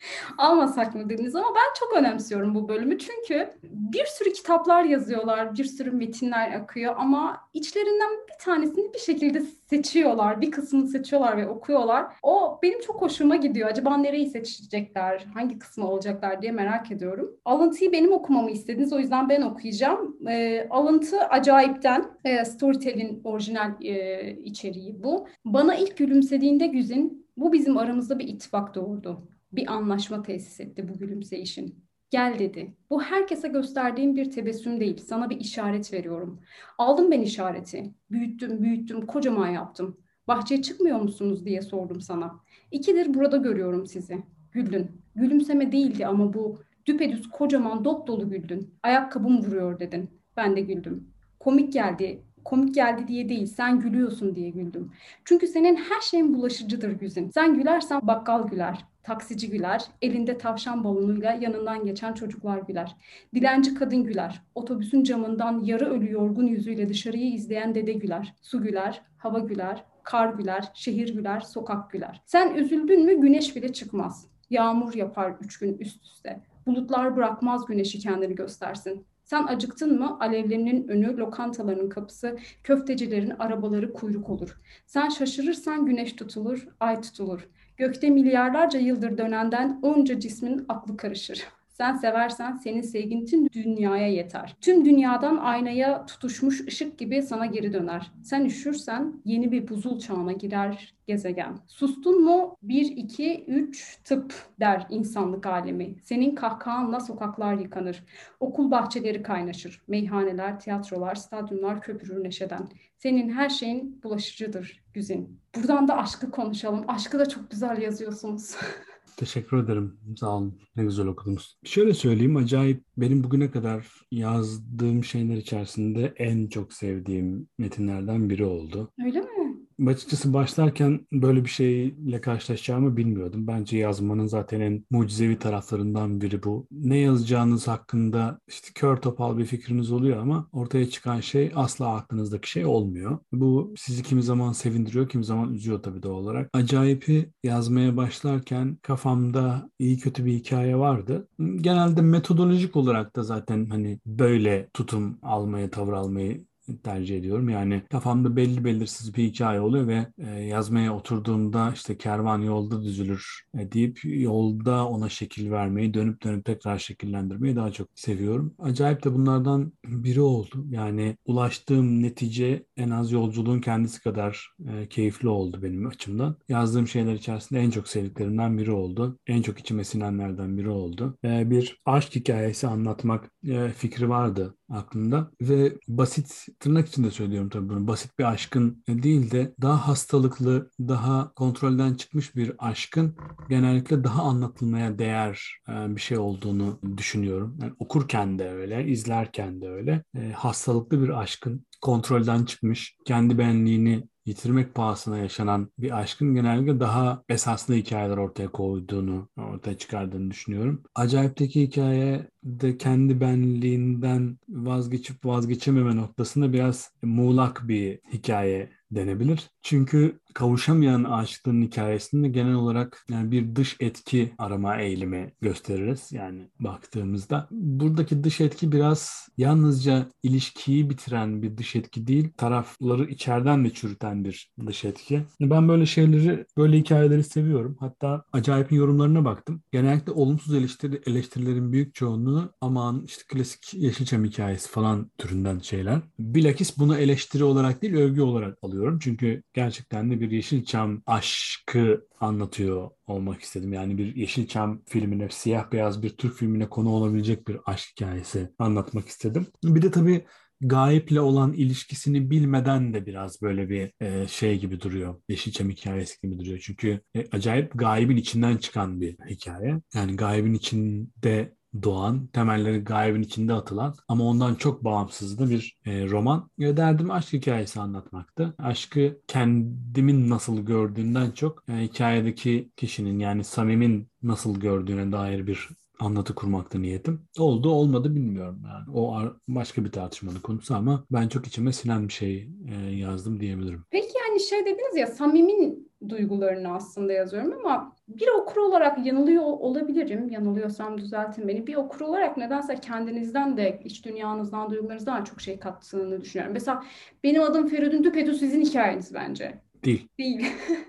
Almasak mı dediniz ama ben çok önemsiyorum bu bölümü. Çünkü bir sürü kitaplar yazıyorlar, bir sürü metinler akıyor ama içlerinden bir tanesini bir şekilde seçiyorlar. Bir kısmını seçiyorlar ve okuyorlar. O benim çok hoşuma gidiyor. Acaba nereyi seçecekler, hangi kısmı olacaklar diye merak ediyorum. Alıntıyı benim okumamı istediniz, o yüzden ben okuyacağım. E, alıntı Acayip'ten, e, Storytel'in orijinal e, içeriği bu. Bana ilk gülümsediğinde Güzin, bu bizim aramızda bir ittifak doğurdu. Bir anlaşma tesis etti bu gülümseyişin. Gel dedi. Bu herkese gösterdiğim bir tebessüm değil. Sana bir işaret veriyorum. Aldım ben işareti. Büyüttüm, büyüttüm, kocaman yaptım. Bahçeye çıkmıyor musunuz diye sordum sana. İkidir burada görüyorum sizi. Güldün. Gülümseme değildi ama bu. Düpedüz kocaman dop dolu güldün. Ayakkabım vuruyor dedin. Ben de güldüm. Komik geldi. Komik geldi diye değil, sen gülüyorsun diye güldüm. Çünkü senin her şeyin bulaşıcıdır Güzin. Sen gülersen bakkal güler, taksici güler, elinde tavşan balonuyla yanından geçen çocuklar güler. Dilenci kadın güler, otobüsün camından yarı ölü yorgun yüzüyle dışarıyı izleyen dede güler. Su güler, hava güler, kar güler, şehir güler, sokak güler. Sen üzüldün mü güneş bile çıkmaz. Yağmur yapar üç gün üst üste. Bulutlar bırakmaz güneşi kendini göstersin. Sen acıktın mı alevlerinin önü, lokantaların kapısı, köftecilerin arabaları kuyruk olur. Sen şaşırırsan güneş tutulur, ay tutulur. Gökte milyarlarca yıldır dönenden onca cismin aklı karışır. Sen seversen senin sevgin tüm dünyaya yeter. Tüm dünyadan aynaya tutuşmuş ışık gibi sana geri döner. Sen üşürsen yeni bir buzul çağına girer gezegen. Sustun mu? Bir, iki, üç, tıp der insanlık alemi. Senin kahkahanla sokaklar yıkanır. Okul bahçeleri kaynaşır. Meyhaneler, tiyatrolar, stadyumlar köpürür neşeden. Senin her şeyin bulaşıcıdır Güzin. Buradan da aşkı konuşalım. Aşkı da çok güzel yazıyorsunuz. Teşekkür ederim. Sağ olun. Ne güzel okudunuz. Şöyle söyleyeyim, acayip benim bugüne kadar yazdığım şeyler içerisinde en çok sevdiğim metinlerden biri oldu. Öyle mi? Açıkçası başlarken böyle bir şeyle karşılaşacağımı bilmiyordum. Bence yazmanın zaten en mucizevi taraflarından biri bu. Ne yazacağınız hakkında işte kör topal bir fikriniz oluyor ama ortaya çıkan şey asla aklınızdaki şey olmuyor. Bu sizi kimi zaman sevindiriyor, kimi zaman üzüyor tabii doğal olarak. Acayip'i yazmaya başlarken kafamda iyi kötü bir hikaye vardı. Genelde metodolojik olarak da zaten hani böyle tutum almayı, tavır almayı tercih ediyorum. Yani kafamda belli belirsiz bir hikaye oluyor ve e, yazmaya oturduğumda işte kervan yolda düzülür e, deyip yolda ona şekil vermeyi, dönüp dönüp tekrar şekillendirmeyi daha çok seviyorum. Acayip de bunlardan biri oldu. Yani ulaştığım netice en az yolculuğun kendisi kadar e, keyifli oldu benim açımdan. Yazdığım şeyler içerisinde en çok sevdiklerimden biri oldu. En çok içime sinenlerden biri oldu. E, bir aşk hikayesi anlatmak e, fikri vardı aklımda ve basit, tırnak içinde söylüyorum tabii bunu, basit bir aşkın değil de daha hastalıklı, daha kontrolden çıkmış bir aşkın genellikle daha anlatılmaya değer e, bir şey olduğunu düşünüyorum. Yani okurken de öyle, izlerken de öyle. E, hastalıklı bir aşkın, kontrolden çıkmış, kendi benliğini yitirmek pahasına yaşanan bir aşkın genellikle daha esaslı hikayeler ortaya koyduğunu, ortaya çıkardığını düşünüyorum. Acayip'teki hikaye de kendi benliğinden vazgeçip vazgeçememe noktasında biraz muğlak bir hikaye denebilir. Çünkü kavuşamayan aşıkların hikayesinde genel olarak yani bir dış etki arama eğilimi gösteririz. Yani baktığımızda buradaki dış etki biraz yalnızca ilişkiyi bitiren bir dış etki değil, tarafları içeriden de çürüten bir dış etki. Ben böyle şeyleri, böyle hikayeleri seviyorum. Hatta Acayip'in yorumlarına baktım. Genellikle olumsuz eleştiri, eleştirilerin büyük çoğunluğu aman işte klasik Yeşilçam hikayesi falan türünden şeyler. Bilakis bunu eleştiri olarak değil, övgü olarak alıyorum. Çünkü gerçekten de bir Yeşilçam aşkı anlatıyor olmak istedim. Yani bir Yeşilçam filmine, siyah beyaz bir Türk filmine konu olabilecek bir aşk hikayesi anlatmak istedim. Bir de tabii Gaip'le olan ilişkisini bilmeden de biraz böyle bir e, şey gibi duruyor. Yeşilçam hikayesi gibi duruyor. Çünkü e, acayip Gaip'in içinden çıkan bir hikaye. Yani Gaip'in içinde doğan, temelleri Gaip'in içinde atılan ama ondan çok bağımsız da bir e, roman. E, derdim aşk hikayesi anlatmaktı. Aşkı kendimin nasıl gördüğünden çok e, hikayedeki kişinin yani Samim'in nasıl gördüğüne dair bir anlatı kurmakta niyetim. Oldu olmadı bilmiyorum yani. O ar- başka bir tartışmanın konusu ama ben çok içime sinen bir şey e, yazdım diyebilirim. Peki yani şey dediniz ya, Samim'in duygularını aslında yazıyorum ama Bir okur olarak yanılıyor olabilirim. Yanılıyorsam düzeltin beni. Bir okur olarak nedense kendinizden de, iç dünyanızdan, duygularınızdan çok şey kattığını düşünüyorum. Mesela benim adım Feridun düpedüz sizin hikayeniz bence. Değil. Değil.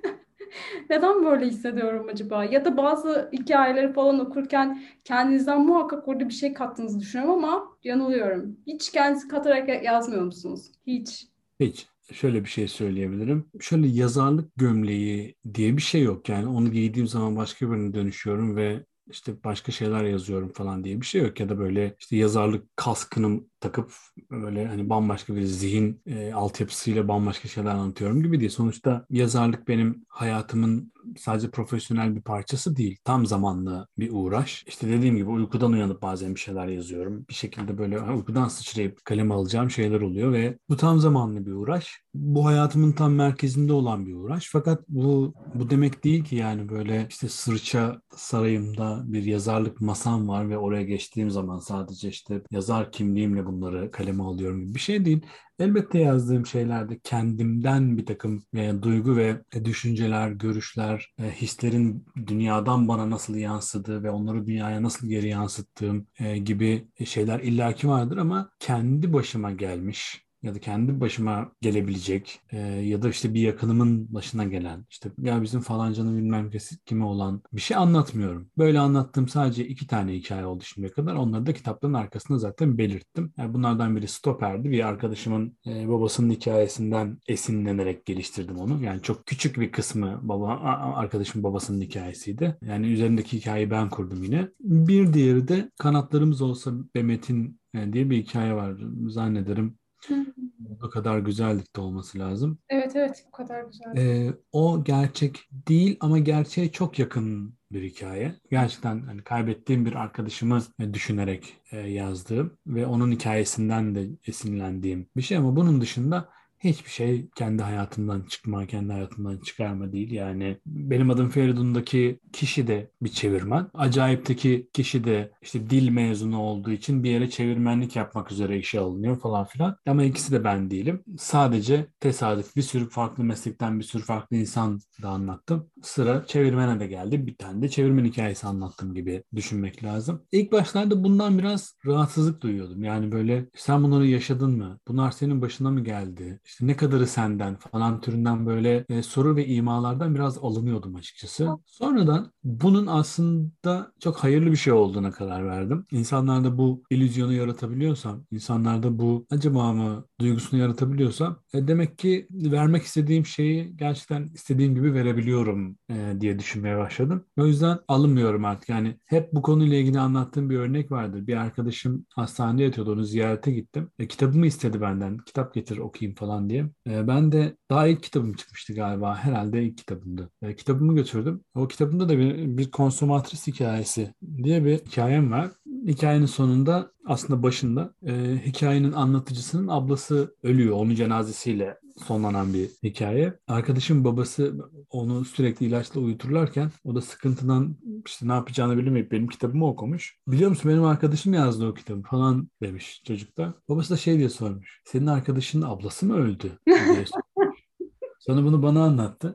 Neden böyle hissediyorum acaba? Ya da bazı hikayeleri falan okurken kendinizden muhakkak orada bir şey kattığınızı düşünüyorum ama yanılıyorum. Hiç kendinizi katarak yazmıyor musunuz? Hiç. Hiç. Şöyle bir şey söyleyebilirim. Şöyle yazarlık gömleği diye bir şey yok. Yani onu giydiğim zaman başka birine dönüşüyorum ve işte başka şeyler yazıyorum falan diye bir şey yok. Ya da böyle işte yazarlık kaskını takıp böyle hani bambaşka bir zihin e, altyapısıyla bambaşka şeyler anlatıyorum gibi değil. Sonuçta yazarlık benim hayatımın sadece profesyonel bir parçası değil. Tam zamanlı bir uğraş. İşte dediğim gibi uykudan uyanıp bazen bir şeyler yazıyorum. Bir şekilde böyle uykudan sıçrayıp kaleme alacağım şeyler oluyor ve bu tam zamanlı bir uğraş. Bu hayatımın tam merkezinde olan bir uğraş. Fakat bu bu demek değil ki yani böyle işte Sırça Sarayı'mda bir yazarlık masam var ve oraya geçtiğim zaman sadece işte yazar kimliğimle bunları kaleme alıyorum gibi bir şey değil. Elbette yazdığım şeylerde kendimden bir takım e, duygu ve e, düşünceler, görüşler, e, hislerin dünyadan bana nasıl yansıdığı ve onları dünyaya nasıl geri yansıttığım e, gibi şeyler illaki vardır ama kendi başıma gelmiş ya da kendi başıma gelebilecek e, ya da işte bir yakınımın başına gelen işte ya bizim falancanın bilmem kesi- kimi olan bir şey anlatmıyorum. Böyle anlattığım sadece iki tane hikaye oldu şimdiye kadar. Onları da kitapların arkasında zaten belirttim. Yani bunlardan biri Stoper'di. Bir arkadaşımın e, babasının hikayesinden esinlenerek geliştirdim onu. Yani çok küçük bir kısmı baba a- arkadaşımın babasının hikayesiydi. Yani üzerindeki hikayeyi ben kurdum yine. Bir diğeri de Kanatlarımız Olsa be Metin e, diye bir hikaye var zannederim. Hı. O kadar güzellikte olması lazım. Evet evet, bu kadar güzel. Ee, o gerçek değil ama gerçeğe çok yakın bir hikaye. Gerçekten hani kaybettiğim bir arkadaşımı e, düşünerek e, yazdığım ve onun hikayesinden de esinlendiğim bir şey ama bunun dışında hiçbir şey kendi hayatımdan çıkma, kendi hayatımdan çıkarma değil. Yani benim adım Feridun'daki kişi de bir çevirmen. Acayip'teki kişi de işte dil mezunu olduğu için bir yere çevirmenlik yapmak üzere işe alınıyor falan filan. Ama ikisi de ben değilim. Sadece tesadüf bir sürü farklı meslekten bir sürü farklı insan da anlattım. Sıra çevirmene de geldi. Bir tane de çevirmen hikayesi anlattım gibi düşünmek lazım. İlk başlarda bundan biraz rahatsızlık duyuyordum. Yani böyle sen bunları yaşadın mı? Bunlar senin başına mı geldi? İşte ne kadarı senden falan türünden böyle e, soru ve imalardan biraz alınıyordum açıkçası. Sonradan bunun aslında çok hayırlı bir şey olduğuna karar verdim. İnsanlarda bu illüzyonu yaratabiliyorsam, insanlarda bu acaba mı duygusunu yaratabiliyorsam e, demek ki vermek istediğim şeyi gerçekten istediğim gibi verebiliyorum e, diye düşünmeye başladım. O yüzden alınmıyorum artık. Yani hep bu konuyla ilgili anlattığım bir örnek vardır. Bir arkadaşım hastanede yatıyordu. Onu ziyarete gittim. E, kitabımı istedi benden. Kitap getir okuyayım falan diye. E, ben de daha ilk kitabım çıkmıştı galiba. Herhalde ilk kitabımdı. E, kitabımı götürdüm. O kitabımda da bir, bir konsomatris hikayesi diye bir hikayem var. Hikayenin sonunda aslında başında e, hikayenin anlatıcısının ablası ölüyor. Onun cenazesiyle sonlanan bir hikaye. Arkadaşım babası onu sürekli ilaçla uyuturlarken o da sıkıntıdan işte ne yapacağını bilemeyip benim kitabımı okumuş. Biliyor musun benim arkadaşım yazdı o kitabı falan demiş çocuk da. Babası da şey diye sormuş. Senin arkadaşının ablası mı öldü diye sormuş. Sonra bunu bana anlattı.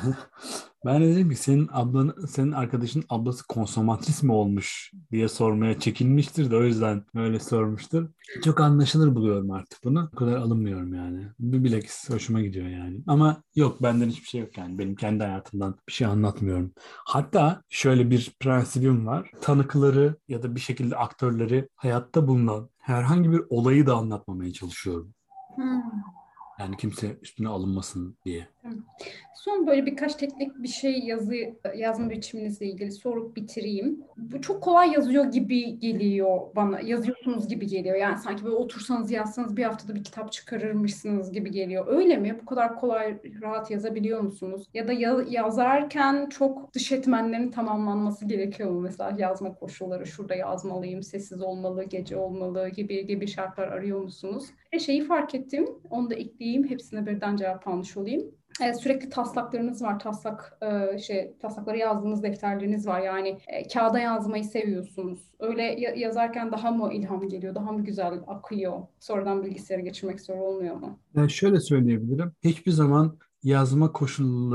Ben de dedim ki senin ablan, senin arkadaşın ablası konsomatris mi olmuş diye sormaya çekinmiştir de o yüzden öyle sormuştur. Çok anlaşılır buluyorum artık bunu. O kadar alınmıyorum yani. Bir bilakis hoşuma gidiyor yani. Ama yok benden hiçbir şey yok yani. Benim kendi hayatımdan bir şey anlatmıyorum. Hatta şöyle bir prensibim var. Tanıkları ya da bir şekilde aktörleri hayatta bulunan herhangi bir olayı da anlatmamaya çalışıyorum. Hmm. Yani kimse üstüne alınmasın diye. Son böyle birkaç teknik bir şey yazı yazma biçiminizle ilgili sorup bitireyim. Bu çok kolay yazıyor gibi geliyor bana. Yazıyorsunuz gibi geliyor. Yani sanki böyle otursanız yazsanız bir haftada bir kitap çıkarırmışsınız gibi geliyor. Öyle mi? Bu kadar kolay, rahat yazabiliyor musunuz? Ya da ya- yazarken çok dış etmenlerin tamamlanması gerekiyor mu? Mesela yazma koşulları, şurada yazmalıyım, sessiz olmalı, gece olmalı gibi gibi şartlar arıyor musunuz? Bir şeyi fark ettim. Onu da ekleyeyim. Hepsine birden cevap almış olayım. E, sürekli taslaklarınız var. Taslak e, şey taslakları yazdığınız defterleriniz var. Yani e, kağıda yazmayı seviyorsunuz. Öyle ya- yazarken daha mı ilham geliyor? Daha mı güzel akıyor? Sonradan bilgisayara geçirmek zor olmuyor mu? Yani şöyle söyleyebilirim. Hiçbir zaman yazma koşulları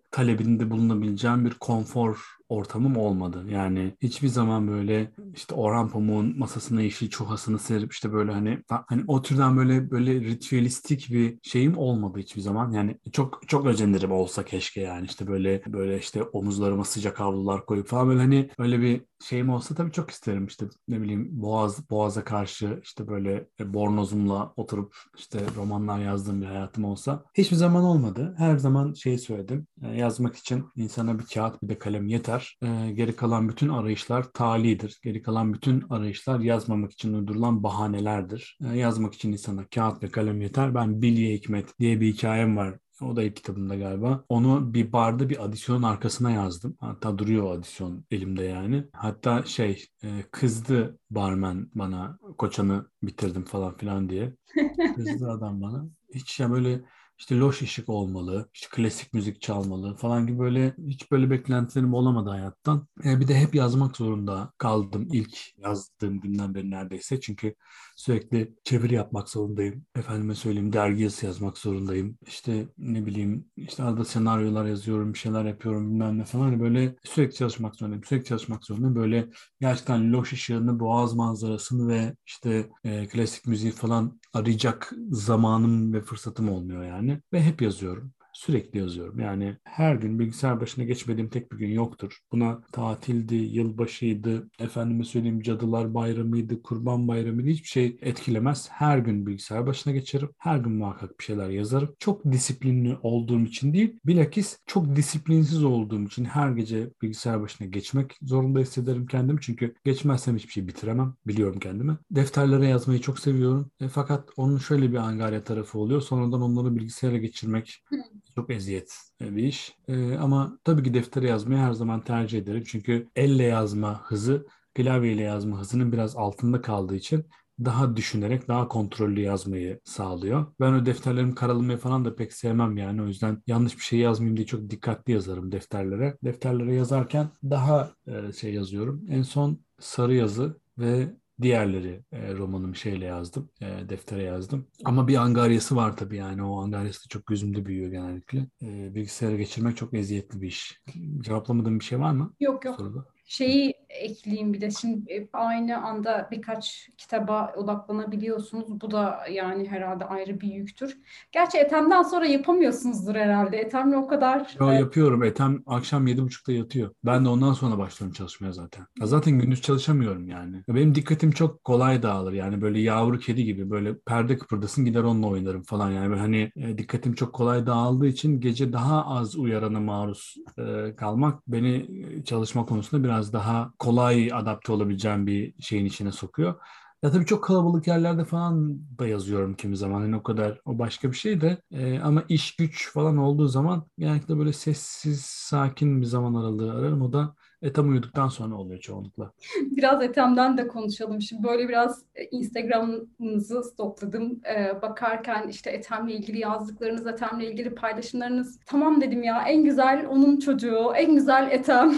talebinde bulunabileceğim bir konfor ortamım olmadı. Yani hiçbir zaman böyle işte Orhan Pamuk'un masasına yeşil çuhasını serip işte böyle hani hani o türden böyle böyle ritüelistik bir şeyim olmadı hiçbir zaman. Yani çok çok özenirim olsa keşke yani işte böyle böyle işte omuzlarıma sıcak havlular koyup falan böyle hani öyle bir şeyim olsa tabii çok isterim işte ne bileyim Boğaz Boğaz'a karşı işte böyle bornozumla oturup işte romanlar yazdığım bir hayatım olsa hiçbir zaman olmadı. Her zaman şeyi söyledim. E, yazmak için insana bir kağıt bir de kalem yeter. E, geri kalan bütün arayışlar talidir. Geri kalan bütün arayışlar yazmamak için uydurulan bahanelerdir. E, yazmak için insana kağıt ve kalem yeter. Ben Bilye Hikmet diye bir hikayem var. O da ilk kitabımda galiba. Onu bir barda bir adisyonun arkasına yazdım. Hatta duruyor o adisyon elimde yani. Hatta şey e, kızdı barmen bana koçanı bitirdim falan filan diye. Kızdı adam bana. Hiç ya böyle işte loş ışık olmalı, işte klasik müzik çalmalı falan gibi böyle hiç böyle beklentilerim olamadı hayattan. E, bir de hep yazmak zorunda kaldım ilk yazdığım günden beri neredeyse. Çünkü sürekli çeviri yapmak zorundayım. Efendime söyleyeyim dergi yazısı yazmak zorundayım. İşte ne bileyim işte arada senaryolar yazıyorum, bir şeyler yapıyorum bilmem ne falan. Hani böyle sürekli çalışmak zorundayım, sürekli çalışmak zorundayım. Böyle gerçekten loş ışığını, boğaz manzarasını ve işte e, klasik müziği falan arayacak zamanım ve fırsatım olmuyor yani. Ve hep yazıyorum. Sürekli yazıyorum. Yani her gün bilgisayar başına geçmediğim tek bir gün yoktur. Buna tatildi, yılbaşıydı, efendime söyleyeyim Cadılar Bayramı'ydı, Kurban Bayramı'ydı hiçbir şey etkilemez. Her gün bilgisayar başına geçerim. Her gün muhakkak bir şeyler yazarım. Çok disiplinli olduğum için değil, bilakis çok disiplinsiz olduğum için her gece bilgisayar başına geçmek zorunda hissederim kendimi. Çünkü geçmezsem hiçbir şey bitiremem. Biliyorum kendimi. Defterlere yazmayı çok seviyorum. E, fakat onun şöyle bir angarya tarafı oluyor. Sonradan onları bilgisayara geçirmek çok eziyet e, bir iş. E, ama tabii ki deftere yazmayı her zaman tercih ederim. Çünkü elle yazma hızı klavyeyle yazma hızının biraz altında kaldığı için daha düşünerek daha kontrollü yazmayı sağlıyor. Ben o defterlerimi karalamayı falan da pek sevmem yani. O yüzden yanlış bir şey yazmayayım diye çok dikkatli yazarım defterlere. Defterlere yazarken daha e, şey yazıyorum. En son Sarı Yazı ve diğerleri e, romanımı şeyle yazdım. E, deftere yazdım. Ama bir angaryası var tabii yani. O angaryası da çok gözümde büyüyor genellikle. E, bilgisayara geçirmek çok eziyetli bir iş. Cevaplamadığım bir şey var mı Yok bu yok. soruda? Şeyi ekleyeyim bir de şimdi e, aynı anda birkaç kitaba odaklanabiliyorsunuz. Bu da yani herhalde ayrı bir yüktür. Gerçi Ethem'den sonra yapamıyorsunuzdur herhalde. Ethem'le o kadar Yo, e, yapıyorum. Ethem akşam yedi buçukta yatıyor. Ben de ondan sonra başlıyorum çalışmaya zaten. Ya zaten gündüz çalışamıyorum yani. Ya benim dikkatim çok kolay dağılır. Yani böyle yavru kedi gibi böyle perde kıpırdasın gider onunla oynarım falan. Yani böyle hani e, dikkatim çok kolay dağıldığı için gece daha az uyarana maruz e, kalmak beni e, çalışma konusunda biraz daha kolay adapte olabileceğim bir şeyin içine sokuyor. Ya tabii çok kalabalık yerlerde falan da yazıyorum kimi zaman. Hani o kadar o başka bir şey de. Ee, ama iş güç falan olduğu zaman genellikle böyle sessiz, sakin bir zaman aralığı ararım. O da e, tam uyuduktan sonra oluyor çoğunlukla. biraz Ethem'den de konuşalım. Şimdi böyle biraz e, Instagram'ınızı stokladım. E, bakarken işte Ethem'le ilgili yazdıklarınız, Ethem'le ilgili paylaşımlarınız. Tamam dedim ya en güzel onun çocuğu, en güzel Ethem.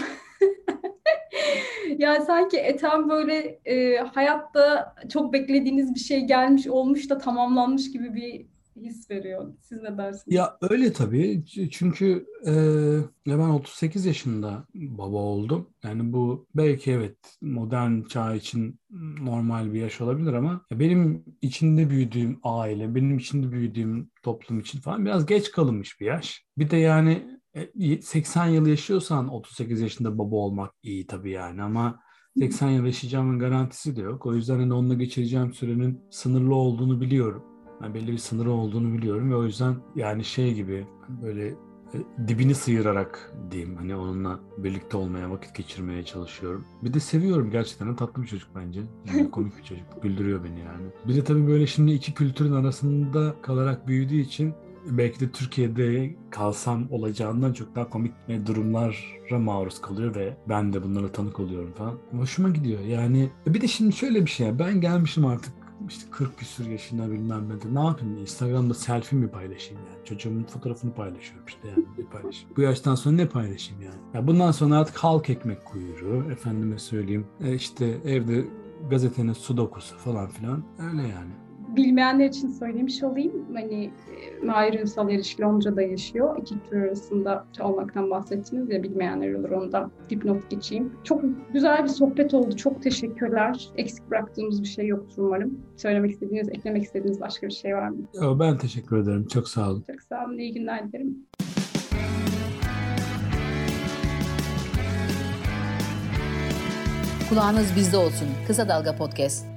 Yani sanki Ethem böyle e, hayatta çok beklediğiniz bir şey gelmiş, olmuş da tamamlanmış gibi bir his veriyor. Siz ne dersiniz? Ya öyle tabii. Ç- Çünkü e, ya ben otuz sekiz yaşında baba oldum. Yani bu belki evet modern çağ için normal bir yaş olabilir ama ya benim içinde büyüdüğüm aile, benim içinde büyüdüğüm toplum için falan biraz geç kalınmış bir yaş. Bir de yani e, seksen yıl yaşıyorsan otuz sekiz yaşında baba olmak iyi tabii yani ama seksen yıl yaşayacağımın garantisi de yok. O yüzden hani onunla geçireceğim sürenin sınırlı olduğunu biliyorum. Yani belli bir sınırı olduğunu biliyorum ve o yüzden yani şey gibi hani böyle e, dibini sıyırarak diyeyim hani onunla birlikte olmaya, vakit geçirmeye çalışıyorum. Bir de seviyorum gerçekten de tatlı bir çocuk bence. Yani komik bir çocuk. Güldürüyor beni yani. Bir de tabii böyle şimdi iki kültürün arasında kalarak büyüdüğü için belki de Türkiye'de kalsam olacağından çok daha komik e, durumlara maruz kalıyor ve ben de bunlara tanık oluyorum falan. Hoşuma gidiyor yani. Bir de şimdi şöyle bir şey. Ben gelmişim artık işte kırk küsur yaşına bilmem ne de. Ne yapayım? Instagram'da selfie mi paylaşayım yani? Çocuğumun fotoğrafını paylaşıyorum işte yani. Ne paylaşayım? Bu yaştan sonra ne paylaşayım yani? Ya bundan sonra artık halk ekmek kuyruğu. Efendime söyleyeyim. E işte evde gazetenin sudokusu falan filan. Öyle yani. bilmeyenler için söylemiş olayım. Hani Mahir Ünsal Eriş Londra'da yaşıyor. İki tür arasında olmaktan bahsettiniz ya, bilmeyenler olur, onu da dipnot geçeyim. Çok güzel bir sohbet oldu. Çok teşekkürler. Eksik bıraktığımız bir şey yoktur umarım. Söylemek istediğiniz, eklemek istediğiniz başka bir şey var mı? Ben teşekkür ederim. Çok sağ olun. Çok sağ olun. İyi günler dilerim. Kulağınız bizde olsun. Kısa Dalga Podcast.